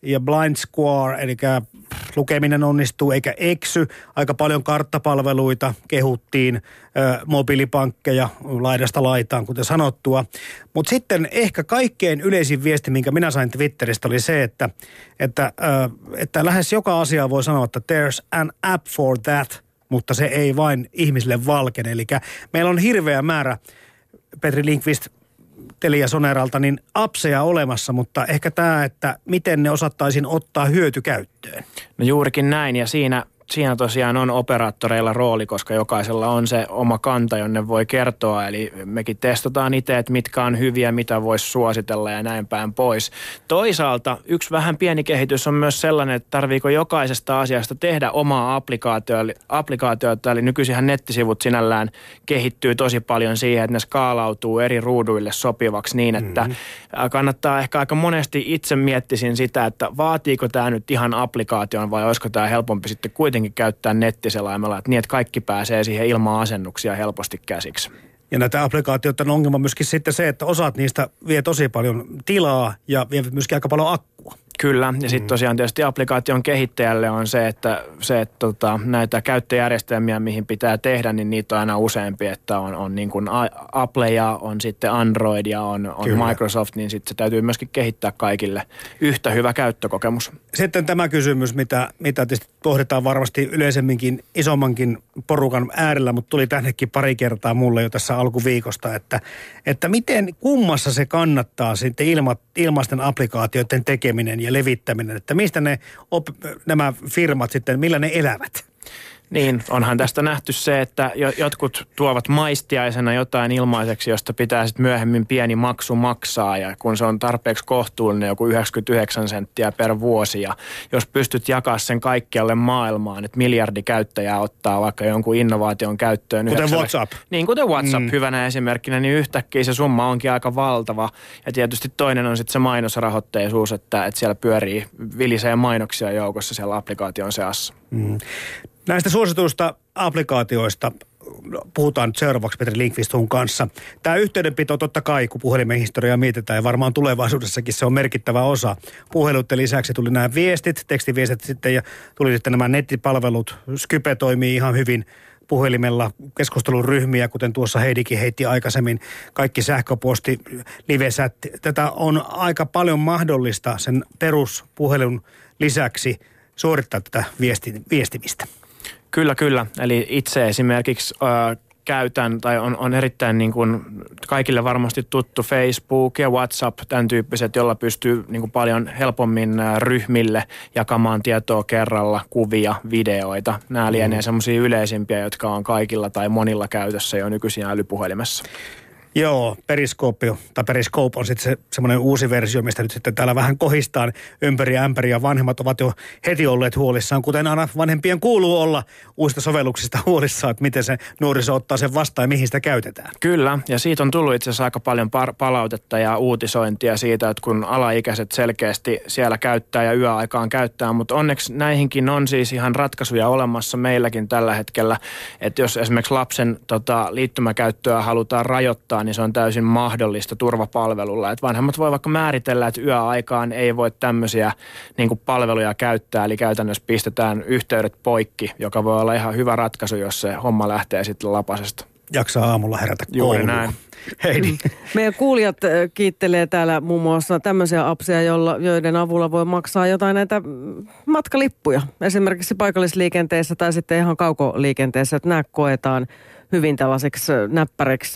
ja Blind Square, eli lukeminen onnistuu eikä eksy. Aika paljon karttapalveluita kehuttiin, ö, mobiilipankkeja laidasta laitaan, kuten sanottua. Mutta sitten ehkä kaikkein yleisin viesti, minkä minä sain Twitteristä, oli se, että, että, ö, että lähes joka asia voi sanoa, että there's an app for that, mutta se ei vain ihmisille valkene. Eli meillä on hirveä määrä, Petri Lindqvist, Telia Soneralta, niin appseja olemassa, mutta ehkä tämä, että miten ne osattaisiin ottaa hyötykäyttöön. No juurikin näin, ja siinä, siinä tosiaan on operaattoreilla rooli, koska jokaisella on se oma kanta, jonne voi kertoa. Eli mekin testataan itse, että mitkä on hyviä, mitä voisi suositella ja näin päin pois. Toisaalta yksi vähän pieni kehitys on myös sellainen, että tarviiko jokaisesta asiasta tehdä omaa applikaatiota. applikaatiota eli nykyisinhän nettisivut sinällään kehittyy tosi paljon siihen, että ne skaalautuu eri ruuduille sopivaksi niin, että mm-hmm. kannattaa ehkä aika monesti itse miettisin sitä, että vaatiiko tämä nyt ihan applikaation vai olisiko tämä helpompi sitten kuitenkin käyttää nettiselaimella, että niin, että kaikki pääsee siihen ilman asennuksia helposti käsiksi. Ja näitä applikaatioiden ongelma myöskin sitten se, että osat niistä vie tosi paljon tilaa ja vie myöskin aika paljon akkua. Kyllä, ja sitten tosiaan tietysti applikaation kehittäjälle on se, että, se, että tota, näitä käyttöjärjestelmiä, mihin pitää tehdä, niin niitä on aina useampi, että on, on niin kuin Apple ja on sitten Android ja on, on Microsoft, niin sitten se täytyy myöskin kehittää kaikille yhtä hyvä käyttökokemus. Sitten tämä kysymys, mitä, mitä tietysti pohditaan varmasti yleisemminkin isommankin porukan äärellä, mutta tuli tännekin pari kertaa mulle jo tässä alkuviikosta, että, että miten kummassa se kannattaa sitten ilma, ilmaisten applikaatioiden tekeminen ja levittäminen, että mistä ne op, nämä firmat sitten, millä ne elävät? Niin, onhan tästä nähty se, että jotkut tuovat maistiaisena jotain ilmaiseksi, josta pitää sitten myöhemmin pieni maksu maksaa, ja kun se on tarpeeksi kohtuullinen, joku yhdeksänkymmentäyhdeksän senttiä per vuosi, ja jos pystyt jakaa sen kaikkialle maailmaan, että miljardi käyttäjää ottaa vaikka jonkun innovaation käyttöön. Kuten yhdeksälle, WhatsApp. Niin, kuten WhatsApp mm. hyvänä esimerkkinä, niin yhtäkkiä se summa onkin aika valtava, ja tietysti toinen on sitten se mainosrahoitteisuus, että, että siellä pyörii vilisee mainoksia joukossa siellä applikaation seassa. Mm. Näistä suosituista applikaatioista puhutaan nyt seuraavaksi Petri Lindqvist kanssa. Tämä yhteydenpito totta kai, kun puhelimen historiaa mietitään, ja varmaan tulevaisuudessakin se on merkittävä osa. Puheluiden lisäksi tuli nämä viestit, tekstiviestit sitten, ja tuli sitten nämä nettipalvelut. Skype toimii ihan hyvin puhelimella, keskusteluryhmiä, kuten tuossa Heidikin heitti aikaisemmin, kaikki sähköposti, livesät. Tätä on aika paljon mahdollista sen peruspuhelun lisäksi suorittaa tätä viesti, viestimistä. Kyllä, kyllä. Eli itse esimerkiksi äh, käytän, tai on, on erittäin niin kuin kaikille varmasti tuttu Facebook ja WhatsApp, tämän tyyppiset, jolla pystyy niin kuin paljon helpommin äh, ryhmille jakamaan tietoa kerralla, kuvia, videoita. Nämä lienee mm. semmoisia yleisimpiä, jotka on kaikilla tai monilla käytössä jo nykyisin älypuhelimessa. Joo, Periskoopi, tai Periskoop on sitten se, semmoinen uusi versio, mistä nyt sitten täällä vähän kohistaan ympäri ämpäri, ja vanhemmat ovat jo heti olleet huolissaan, kuten aina vanhempien kuuluu olla uusista sovelluksista huolissaan, että miten se nuoriso ottaa sen vastaan ja mihin sitä käytetään. Kyllä, ja siitä on tullut itse asiassa aika paljon par- palautetta ja uutisointia siitä, että kun alaikäiset selkeästi siellä käyttää ja yöaikaan käyttää, mutta onneksi näihinkin on siis ihan ratkaisuja olemassa meilläkin tällä hetkellä, että jos esimerkiksi lapsen tota, liittymäkäyttöä halutaan rajoittaa, niin se on täysin mahdollista turvapalvelulla. Että vanhemmat voi vaikka määritellä, että yöaikaan ei voi tämmöisiä niin kuin palveluja käyttää, eli käytännössä pistetään yhteydet poikki, joka voi olla ihan hyvä ratkaisu, jos se homma lähtee sitten lapasesta. Jaksaa aamulla herätä kouluun. Juuri näin. Heidi. Meidän kuulijat kiittelee täällä muun muassa tämmöisiä appseja, joilla, joiden avulla voi maksaa jotain näitä matkalippuja. Esimerkiksi paikallisliikenteessä tai sitten ihan kaukoliikenteessä, että nämä koetaan hyvin tällaiseksi näppäreksi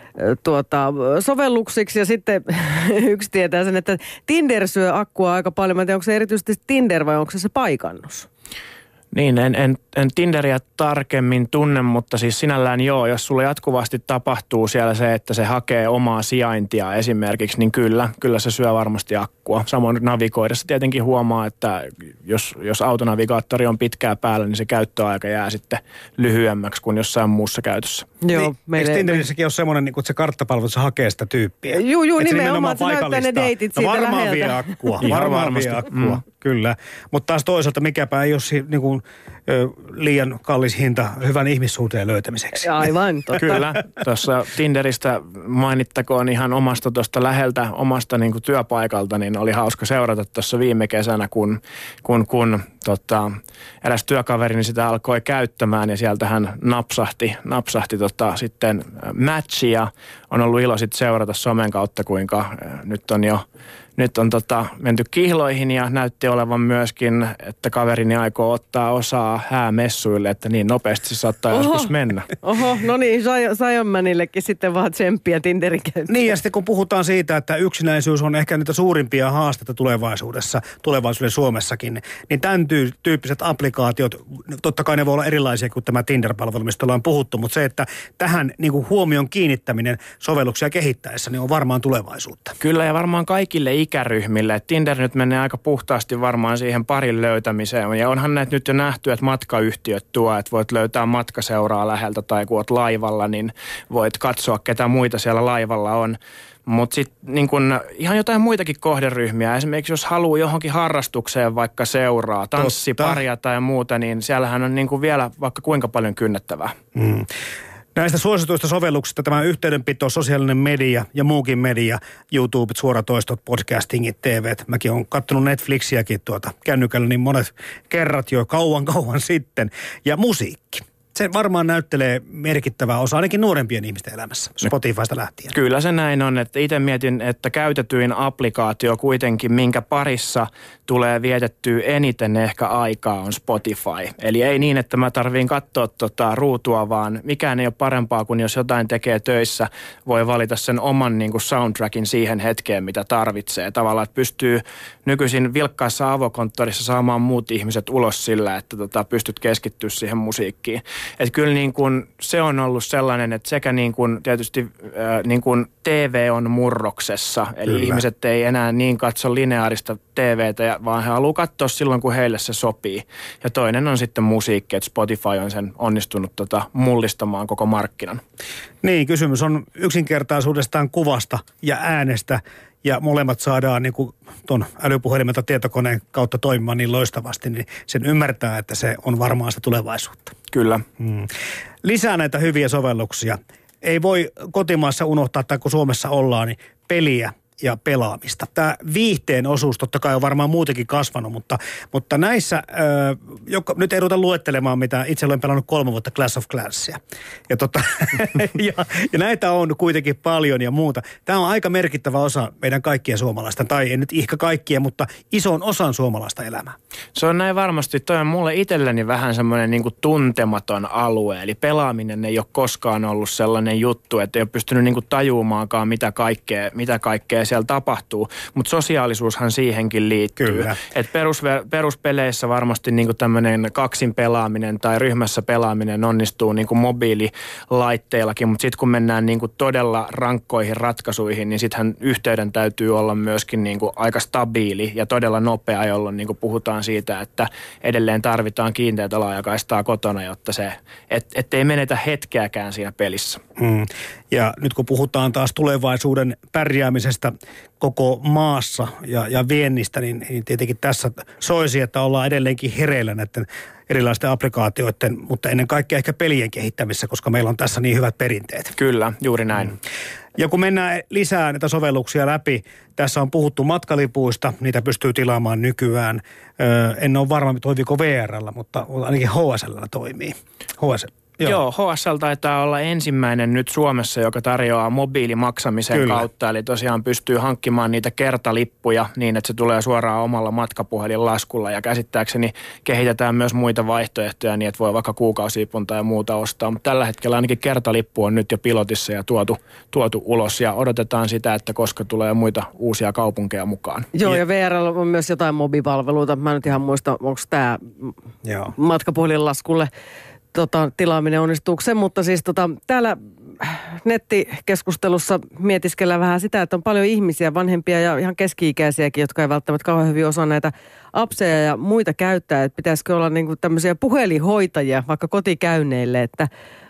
tuota, sovelluksiksi, ja sitten yksi tietää sen, että Tinder syö akkua aika paljon. Mä en tiedä, onko se erityisesti Tinder vai onko se se paikannus? Niin, en, en, en Tinderiä tarkemmin tunne, mutta siis sinällään joo, jos sulla jatkuvasti tapahtuu siellä se, että se hakee omaa sijaintia esimerkiksi, niin kyllä, kyllä se syö varmasti akkua. Samoin navigoidessa tietenkin huomaa, että jos, jos autonavigaattori on pitkää päällä, niin se käyttöaika jää sitten lyhyemmäksi kuin jossain muussa käytössä. Joo, niin, meille... Eikö Tinderissäkin ole semmoinen, niin että se karttapalvelu se hakee sitä tyyppiä? Joo, joo, nimenomaan, että se näyttää ne deitit siitä no, varmaan läheltä. vie akkua, varmaan vie akkua, mm. Kyllä, mutta taas toisaalta mikäpä ei ole si- niin kuin, ö, liian kallis hinta hyvän ihmissuhteen löytämiseksi. Aivan, totta. Kyllä, tuossa Tinderistä mainittakoon ihan omasta tuosta läheltä, omasta niin kuin työpaikalta, niin oli hauska seurata tuossa viime kesänä, kun, kun, kun tota, eräs työkaverini sitä alkoi käyttämään ja sieltä hän napsahti, napsahti tota, sitten matchia. On ollut ilo sitten seurata somen kautta, kuinka nyt on jo Nyt on tota, menty kihloihin ja näytti olevan myöskin, että kaverini aikoo ottaa osaa häämessuille, että niin nopeasti se saattaa Oho. joskus mennä. Oho, no niin, Sionmanillekin sitten vaan tsemppiä Tinderin käyttöön. Niin ja sitten kun puhutaan siitä, että yksinäisyys on ehkä niitä suurimpia haasteita tulevaisuudessa, tulevaisuuden Suomessakin, niin tämän tyyppiset applikaatiot, totta kai ne voi olla erilaisia kuin tämä Tinder-palvelu, mistä ollaan puhuttu, mutta se, että tähän niin kuin huomion kiinnittäminen sovelluksia kehittäessä, niin on varmaan tulevaisuutta. Kyllä ja varmaan kaikille ikäryhmille. Et Tinder nyt menee aika puhtaasti varmaan siihen parin löytämiseen. Ja onhan näitä nyt jo nähty, että matkayhtiöt tuo, että voit löytää matkaseuraa läheltä tai kun oot laivalla, niin voit katsoa, ketä muita siellä laivalla on. Mutta sitten niin kun ihan jotain muitakin kohderyhmiä. Esimerkiksi jos haluaa johonkin harrastukseen vaikka seuraa, tanssiparia tai muuta, niin siellähän on niin kun vielä vaikka kuinka paljon kynnettävää. Mm. Näistä suosituista sovelluksista tämä yhteydenpito, sosiaalinen media ja muukin media, YouTube, suoratoistot, podcastingit, T V:t. Mäkin olen katsonut Netflixiäkin tuota kännykällä niin monet kerrat jo kauan kauan sitten. Ja musiikki. Se varmaan näyttelee merkittävää osa ainakin nuorempien ihmisten elämässä, Spotifysta lähtien. Kyllä se näin on, että itse mietin, että käytetyin applikaatio kuitenkin, minkä parissa tulee vietettyä eniten ehkä aikaa on Spotify. Eli ei niin, että mä tarviin katsoa tota ruutua, vaan mikään ei ole parempaa kuin jos jotain tekee töissä, voi valita sen oman niin kuin soundtrackin siihen hetkeen, mitä tarvitsee. Tavallaan, että pystyy nykyisin vilkkaassa avokonttorissa saamaan muut ihmiset ulos sillä, että tota, pystyt keskittyä siihen musiikkiin. Että kyllä niin kuin se on ollut sellainen, että sekä niin kuin tietysti äh, niin kuin T V on murroksessa. Eli kyllä. Ihmiset ei enää niin katso lineaarista T V:tä, vaan he haluaa katsoa silloin, kun heille se sopii. Ja toinen on sitten musiikki, että Spotify on sen onnistunut tota mullistamaan koko markkinan. Niin, kysymys on yksinkertaisuudestaan kuvasta ja äänestä. Ja molemmat saadaan niin kuin tuon älypuhelimelta tietokoneen kautta toimimaan niin loistavasti, niin sen ymmärtää, että se on varmaan sitä tulevaisuutta. Kyllä. Hmm. Lisää näitä hyviä sovelluksia. Ei voi kotimaassa unohtaa, tai kun Suomessa ollaan, niin peliä ja pelaamista. Tämä viihteen osuus totta kai on varmaan muutenkin kasvanut, mutta, mutta näissä, ö, joka, nyt ei ruveta luettelemaan mitä, itse olen pelannut kolme vuotta Clash of Clansia. Ja, tota, ja, ja näitä on kuitenkin paljon ja muuta. Tämä on aika merkittävä osa meidän kaikkien suomalaista, tai ei nyt ehkä kaikkien, mutta ison osan suomalaista elämää. Se on näin varmasti. Toi on mulle itselleni vähän semmoinen niin kuin tuntematon alue, eli pelaaminen ei ole koskaan ollut sellainen juttu, että ei ole pystynyt niin kuin tajuumaankaan mitä kaikkea, mitä kaikkea siellä tapahtuu, mutta sosiaalisuushan siihenkin liittyy. Kyllä. Et perus, peruspeleissä varmasti niinku tämmöinen kaksin pelaaminen tai ryhmässä pelaaminen onnistuu niinku mobiililaitteillakin, mutta sitten kun mennään niinku todella rankkoihin ratkaisuihin, niin sittenhän yhteyden täytyy olla myöskin niinku aika stabiili ja todella nopea, jolloin niinku puhutaan siitä, että edelleen tarvitaan kiinteätä laajakaistaa kotona, jotta se, et, ettei menetä hetkeäkään siinä pelissä. Mm. Ja nyt kun puhutaan taas tulevaisuuden pärjäämisestä koko maassa ja, ja viennistä, niin, niin tietenkin tässä soisi, että ollaan edelleenkin hereillä näiden erilaisten applikaatioiden, mutta ennen kaikkea ehkä pelien kehittämisessä, koska meillä on tässä niin hyvät perinteet. Kyllä, juuri näin. Mm. Ja kun mennään lisää näitä sovelluksia läpi, tässä on puhuttu matkalipuista, niitä pystyy tilaamaan nykyään. Öö, en ole varma, toimiiko V R:llä, mutta ainakin H S L:llä toimii. H S L. Joo. Joo, H S L taitaa olla ensimmäinen nyt Suomessa, joka tarjoaa mobiilimaksamisen Kyllä. kautta. Eli tosiaan pystyy hankkimaan niitä kertalippuja niin, että se tulee suoraan omalla matkapuhelinlaskulla. Ja käsittääkseni kehitetään myös muita vaihtoehtoja niin, että voi vaikka kuukausipuntaa ja muuta ostaa. Mutta tällä hetkellä ainakin kertalippu on nyt jo pilotissa ja tuotu, tuotu ulos. Ja odotetaan sitä, että koska tulee muita uusia kaupunkeja mukaan. Joo, ja, ja V R:llä on myös jotain mobipalveluita. Mä en nyt ihan muista, onko tämä matkapuhelinlaskulle Tota, tilaaminen onnistuuko se, mutta siis tota, täällä nettikeskustelussa mietiskellään vähän sitä, että on paljon ihmisiä, vanhempia ja ihan keski-ikäisiäkin, jotka ei välttämättä kauhean hyvin osaa näitä appseja ja muita käyttää, että pitäisikö olla niinku tämmöisiä puhelinhoitajia vaikka kotikäynneille, että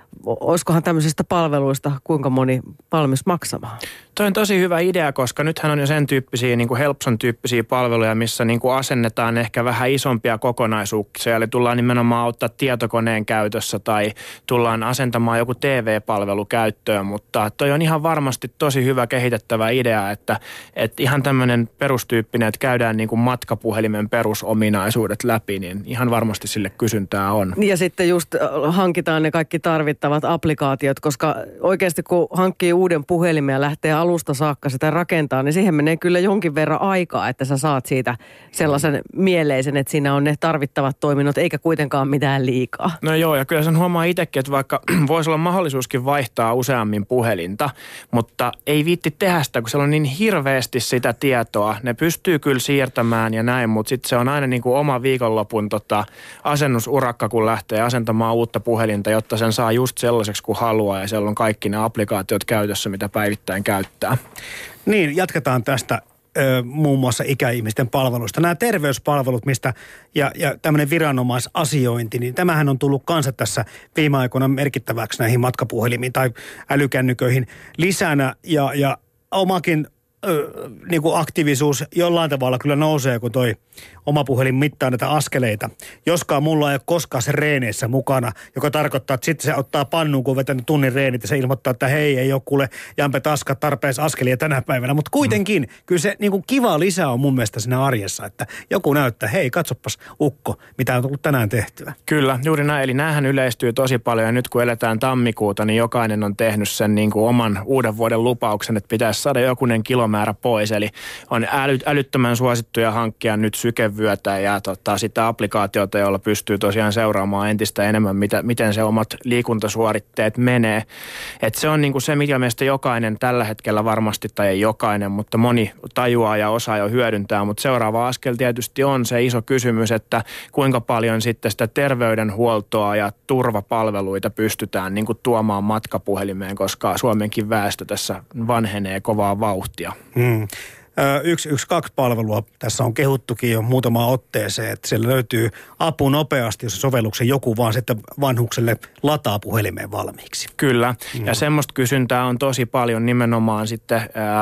olisikohan tämmöisistä palveluista kuinka moni valmis maksamaan? Toi on tosi hyvä idea, koska nythän on jo sen tyyppisiä niin kuin Helpson tyyppisiä palveluja, missä niin kuin asennetaan ehkä vähän isompia kokonaisuuksia. Eli tullaan nimenomaan auttaa tietokoneen käytössä tai tullaan asentamaan joku T V-palvelu käyttöön, mutta toi on ihan varmasti tosi hyvä kehitettävä idea, että, että ihan tämmöinen perustyyppinen, että käydään niin kuin matkapuhelimen perusominaisuudet läpi, niin ihan varmasti sille kysyntää on. Ja sitten just hankitaan ne kaikki tarvittavat applikaatiot, koska oikeasti kun hankkii uuden puhelimen ja lähtee alusta saakka sitä rakentaa, niin siihen menee kyllä jonkin verran aikaa, että sä saat siitä sellaisen mieleisen, että siinä on ne tarvittavat toiminnot, eikä kuitenkaan mitään liikaa. No joo, ja kyllä sen huomaa itsekin, että vaikka voisi olla mahdollisuuskin vaihtaa useammin puhelinta, mutta ei viitti tehdä sitä, kun siellä on niin hirveästi sitä tietoa. Ne pystyy kyllä siirtämään ja näin, mutta sitten se on aina niin kuin oma viikonlopun tota, asennusurakka, kun lähtee asentamaan uutta puhelinta, jotta sen saa just sellaiseksi kuin haluaa ja siellä on kaikki ne applikaatiot käytössä, mitä päivittäin käyttää. Niin, jatketaan tästä ö, muun muassa ikäihmisten palveluista. Nämä terveyspalvelut, mistä ja, ja tämmöinen viranomaisasiointi, niin tämähän on tullut kanssa tässä viime aikoina merkittäväksi näihin matkapuhelimiin tai älykännyköihin lisänä ja, ja omakin ö, niin kuin aktiivisuus jollain tavalla kyllä nousee, kun toi oma puhelin mittaa näitä askeleita. Joskaan mulla ei ole koskaan se reeneissä mukana, joka tarkoittaa, että sitten se ottaa pannuun, kun on vetänyt tunnin reenit ja se ilmoittaa, että hei, ei ole kuule Jampe Taska tarpeeksi askelia tänä päivänä. Mutta kuitenkin, mm. kyllä se niin kuin kiva lisä on mun mielestä siinä arjessa, että joku näyttää, hei, katsopas Ukko, mitä on tullut tänään tehtyä. Kyllä, juuri näin. Eli näähän yleistyy tosi paljon ja nyt kun eletään tammikuuta, niin jokainen on tehnyt sen niin kuin oman uuden vuoden lupauksen, että pitäisi saada jokunen kilomäärä pois. Eli on äly, älyttömän suosittuja hankkia nyt sykevyötä ja tota, sitä applikaatiota, jolla pystyy tosiaan seuraamaan entistä enemmän, mitä, miten se omat liikuntasuoritteet menee. Et se on niinku se, mikä meistä jokainen tällä hetkellä varmasti, tai ei jokainen, mutta moni tajuaa ja osaa jo hyödyntää. Mutta seuraava askel tietysti on se iso kysymys, että kuinka paljon sitten sitä terveydenhuoltoa ja turvapalveluita pystytään niinku tuomaan matkapuhelimeen, koska Suomenkin väestö tässä vanhenee kovaa vauhtia. Hmm. Yksi, yksi, kaksi palvelua tässä on kehuttukin jo muutamaan otteeseen, että siellä löytyy apu nopeasti, jos sovelluksen joku vaan sitten vanhukselle lataa puhelimeen valmiiksi. Kyllä, mm. ja semmoista kysyntää on tosi paljon nimenomaan sitten,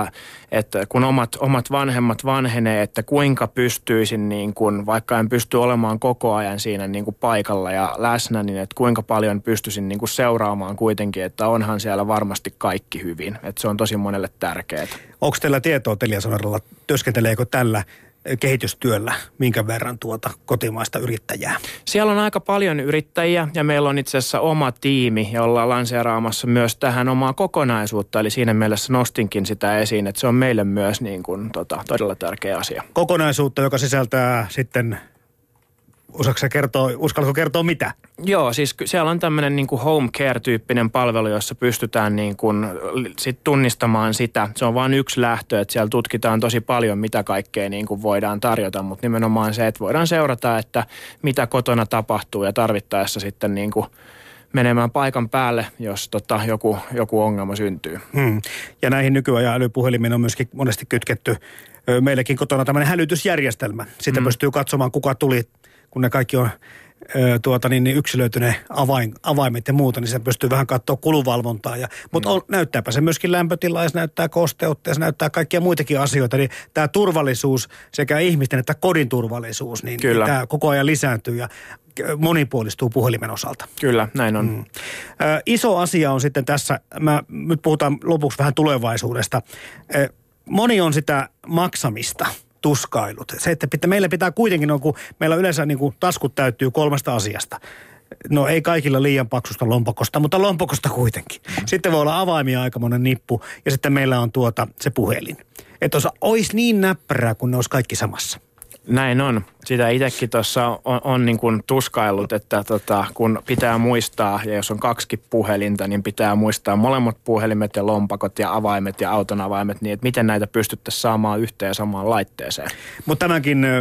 että kun omat, omat vanhemmat vanhenee, että kuinka pystyisin niin kuin, vaikka en pysty olemaan koko ajan siinä niin kuin paikalla ja läsnä, niin että kuinka paljon pystyisin niin kuin seuraamaan kuitenkin, että onhan siellä varmasti kaikki hyvin, että se on tosi monelle tärkeää. Onko teillä tietoa Teliasoneralla, työskenteleekö tällä kehitystyöllä minkä verran tuota kotimaista yrittäjää? Siellä on aika paljon yrittäjiä ja meillä on itse asiassa oma tiimi, jolla on lanseeraamassa myös tähän omaa kokonaisuutta. Eli siinä mielessä nostinkin sitä esiin, että se on meille myös niin kuin, tota, todella tärkeä asia. Kokonaisuutta, joka sisältää sitten... Uskalko kertoa, uskalko kertoa mitä? Joo, siis siellä on tämmöinen niin kuin home care-tyyppinen palvelu, jossa pystytään niin kuin sit tunnistamaan sitä. Se on vain yksi lähtö, että siellä tutkitaan tosi paljon, mitä kaikkea niin kuin voidaan tarjota, mutta nimenomaan se, että voidaan seurata, että mitä kotona tapahtuu ja tarvittaessa sitten niin kuin menemään paikan päälle, jos tota, joku, joku ongelma syntyy. Hmm. Ja näihin nykyajan älypuhelimiin on myöskin monesti kytketty meillekin kotona tämmöinen hälytysjärjestelmä. Sitä hmm. pystyy katsomaan, kuka tuli, kun ne kaikki on ö, tuota, niin, niin yksilöityneet avain, avaimet ja muuta, niin se pystyy vähän katsoa kuluvalvontaa. Ja, mutta on, näyttääpä se myöskin lämpötilaa, ja se näyttää kosteutta, ja se näyttää kaikkia muitakin asioita. Niin tämä turvallisuus, sekä ihmisten että kodin turvallisuus, niin, niin tämä koko ajan lisääntyy ja monipuolistuu puhelimen osalta. Kyllä, näin on. Mm. Ö, iso asia on sitten tässä, mä, nyt puhutaan lopuksi vähän tulevaisuudesta. Ö, moni on sitä maksamista tuskailut. Se, että pitää, meillä pitää kuitenkin, no, kun meillä yleensä niin kuin taskut täyttyy kolmesta asiasta. No ei kaikilla liian paksusta lompakosta, mutta lompakosta kuitenkin. Sitten voi olla avaimia aikamoinen nippu ja sitten meillä on tuota se puhelin. Että olisi niin näppärää, kun ne olisi kaikki samassa. Näin on. Sitä itsekin tuossa on, on niin kuin tuskaillut, että tota, kun pitää muistaa, ja jos on kaksikin puhelinta, niin pitää muistaa molemmat puhelimet ja lompakot ja avaimet ja auton avaimet, niin että miten näitä pystyttäisiin saamaan yhteen samaan laitteeseen. Mutta tämänkin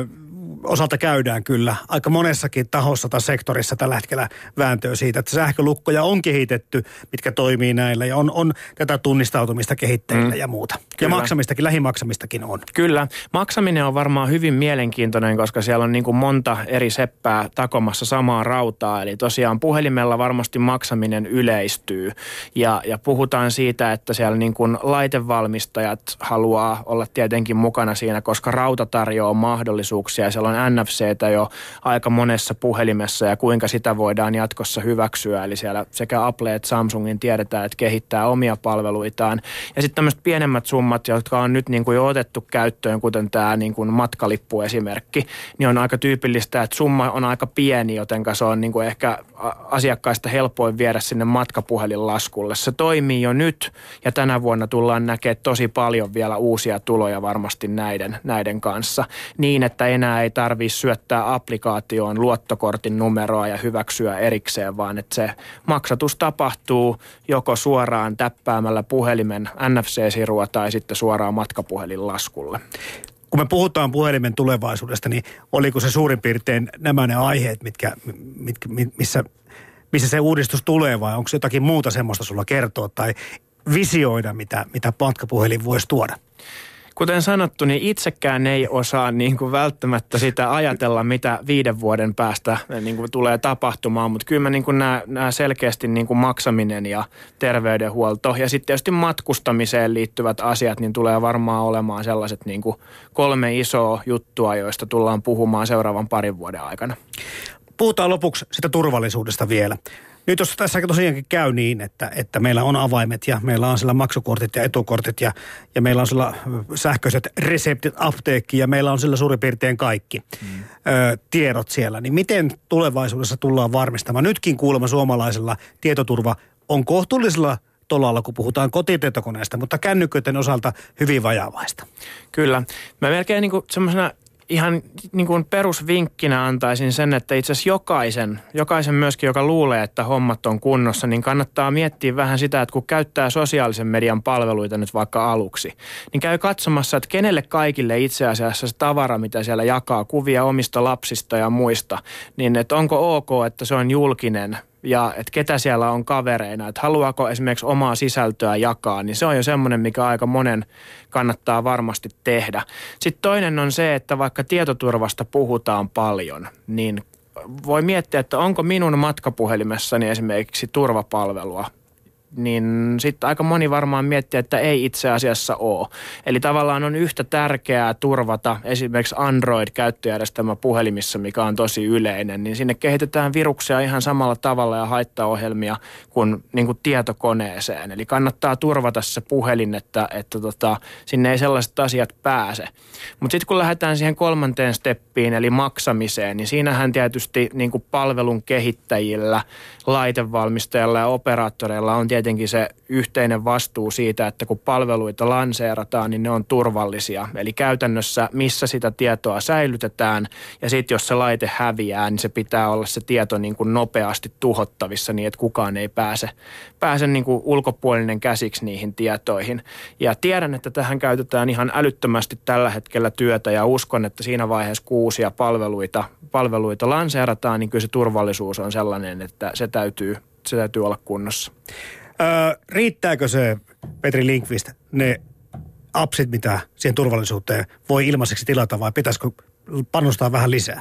osalta käydään kyllä aika monessakin tahossa tai sektorissa tällä hetkellä vääntöä siitä, että sähkölukkoja on kehitetty, mitkä toimii näillä ja on, on tätä tunnistautumista kehitteillä mm. ja muuta. Kyllä. Ja maksamistakin, lähimaksamistakin on. Kyllä. Maksaminen on varmaan hyvin mielenkiintoinen, koska siellä on niin kuin monta eri seppää takomassa samaa rautaa. Eli tosiaan puhelimella varmasti maksaminen yleistyy ja, ja puhutaan siitä, että siellä niin kuin laitevalmistajat haluaa olla tietenkin mukana siinä, koska rauta tarjoaa mahdollisuuksia. Siellä on N F C:tä jo aika monessa puhelimessa ja kuinka sitä voidaan jatkossa hyväksyä. Eli siellä sekä Apple että Samsungin tiedetään, että kehittää omia palveluitaan. Ja sitten tämmöiset pienemmät summat, jotka on nyt niin kuin jo otettu käyttöön, kuten tämä niin kuin matkalippuesimerkki, niin on aika tyypillistä, että summa on aika pieni, jotenka se on niin kuin ehkä asiakkaista helpoin viedä sinne matkapuhelinlaskulle. Se toimii jo nyt ja tänä vuonna tullaan näkemään tosi paljon vielä uusia tuloja varmasti näiden, näiden kanssa. Niin, että enää ei tarvitse syöttää applikaatioon luottokortin numeroa ja hyväksyä erikseen, vaan että se maksatus tapahtuu joko suoraan täppäämällä puhelimen N F C-sirua tai sitten suoraan matkapuhelinlaskulle. Kun me puhutaan puhelimen tulevaisuudesta, niin oliko se suurin piirtein nämä ne aiheet, mitkä, mitkä, missä, missä se uudistus tulee vai onko jotakin muuta semmoista sulla kertoa tai visioida, mitä, mitä matkapuhelin voisi tuoda? Kuten sanottu, niin itsekään ei osaa niin kuin välttämättä sitä ajatella, mitä viiden vuoden päästä niin kuin tulee tapahtumaan, mutta kyllä mä niin kuin nämä, nämä selkeästi niin kuin maksaminen ja terveydenhuolto ja sitten tietysti matkustamiseen liittyvät asiat, niin tulee varmaan olemaan sellaiset niin kuin kolme isoa juttua, joista tullaan puhumaan seuraavan parin vuoden aikana. Puhutaan lopuksi sitä turvallisuudesta vielä. Nyt jos tässä tosiaankin käy niin, että, että meillä on avaimet ja meillä on siellä maksukortit ja etukortit ja, ja meillä on siellä sähköiset reseptit, apteekki ja meillä on sillä suurin piirtein kaikki mm. ö, tiedot siellä, niin miten tulevaisuudessa tullaan varmistamaan? Nytkin kuulemma suomalaisella tietoturva on kohtuullisella tolalla, kun puhutaan kotitietokoneesta, mutta kännyköiden osalta hyvin vajavaista. Kyllä. Mä melkein niin kuin semmoisena ihan niin kuin perusvinkkinä antaisin sen, että itse asiassa jokaisen, jokaisen myöskin, joka luulee, että hommat on kunnossa, niin kannattaa miettiä vähän sitä, että kun käyttää sosiaalisen median palveluita nyt vaikka aluksi, niin käy katsomassa, että kenelle kaikille itse asiassa se tavara, mitä siellä jakaa, kuvia omista lapsista ja muista, niin että onko ok, että se on julkinen ja että ketä siellä on kavereina, että haluaako esimerkiksi omaa sisältöä jakaa, niin se on jo semmoinen, mikä aika monen kannattaa varmasti tehdä. Sitten toinen on se, että vaikka tietoturvasta puhutaan paljon, niin voi miettiä, että onko minun matkapuhelimessani esimerkiksi turvapalvelua, niin sitten aika moni varmaan miettii, että ei itse asiassa ole. Eli tavallaan on yhtä tärkeää turvata esimerkiksi Android-käyttöjärjestelmä puhelimissa, mikä on tosi yleinen, niin sinne kehitetään viruksia ihan samalla tavalla ja haittaohjelmia kuin, niin kuin tietokoneeseen. Eli kannattaa turvata se puhelin, että, että tota, sinne ei sellaiset asiat pääse. Mutta sitten kun lähdetään siihen kolmanteen steppiin, eli maksamiseen, niin siinähän tietysti niin kuin palvelun kehittäjillä, laitevalmistajilla ja operaattoreilla on tietenkin se yhteinen vastuu siitä, että kun palveluita lanseerataan, niin ne on turvallisia. Eli käytännössä, missä sitä tietoa säilytetään ja sitten jos se laite häviää, niin se pitää olla se tieto niin kuin nopeasti tuhottavissa niin, että kukaan ei pääse, pääse niin kuin ulkopuolinen käsiksi niihin tietoihin. Ja tiedän, että tähän käytetään ihan älyttömästi tällä hetkellä työtä ja uskon, että siinä vaiheessa kun uusia palveluita, palveluita lanseerataan, niin kyllä se turvallisuus on sellainen, että se täytyy, se täytyy olla kunnossa. Öö, riittääkö se, Petri Lindqvist, ne appsit, mitä siihen turvallisuuteen voi ilmaiseksi tilata vai pitäisikö panostaa vähän lisää?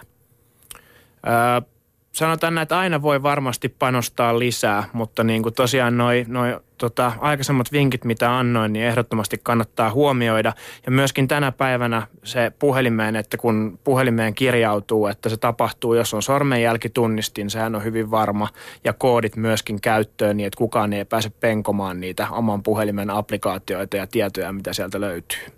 Öö, sanotaan, että aina voi varmasti panostaa lisää, mutta niin kuin tosiaan noi, noi tota, aikaisemmat vinkit, mitä annoin, niin ehdottomasti kannattaa huomioida. Ja myöskin tänä päivänä se puhelimeen, että kun puhelimeen kirjautuu, että se tapahtuu, jos on sormenjälkitunnistin, sehän on hyvin varma, ja koodit myöskin käyttöön niin, että kukaan ei pääse penkomaan niitä oman puhelimen applikaatioita ja tietoja, mitä sieltä löytyy.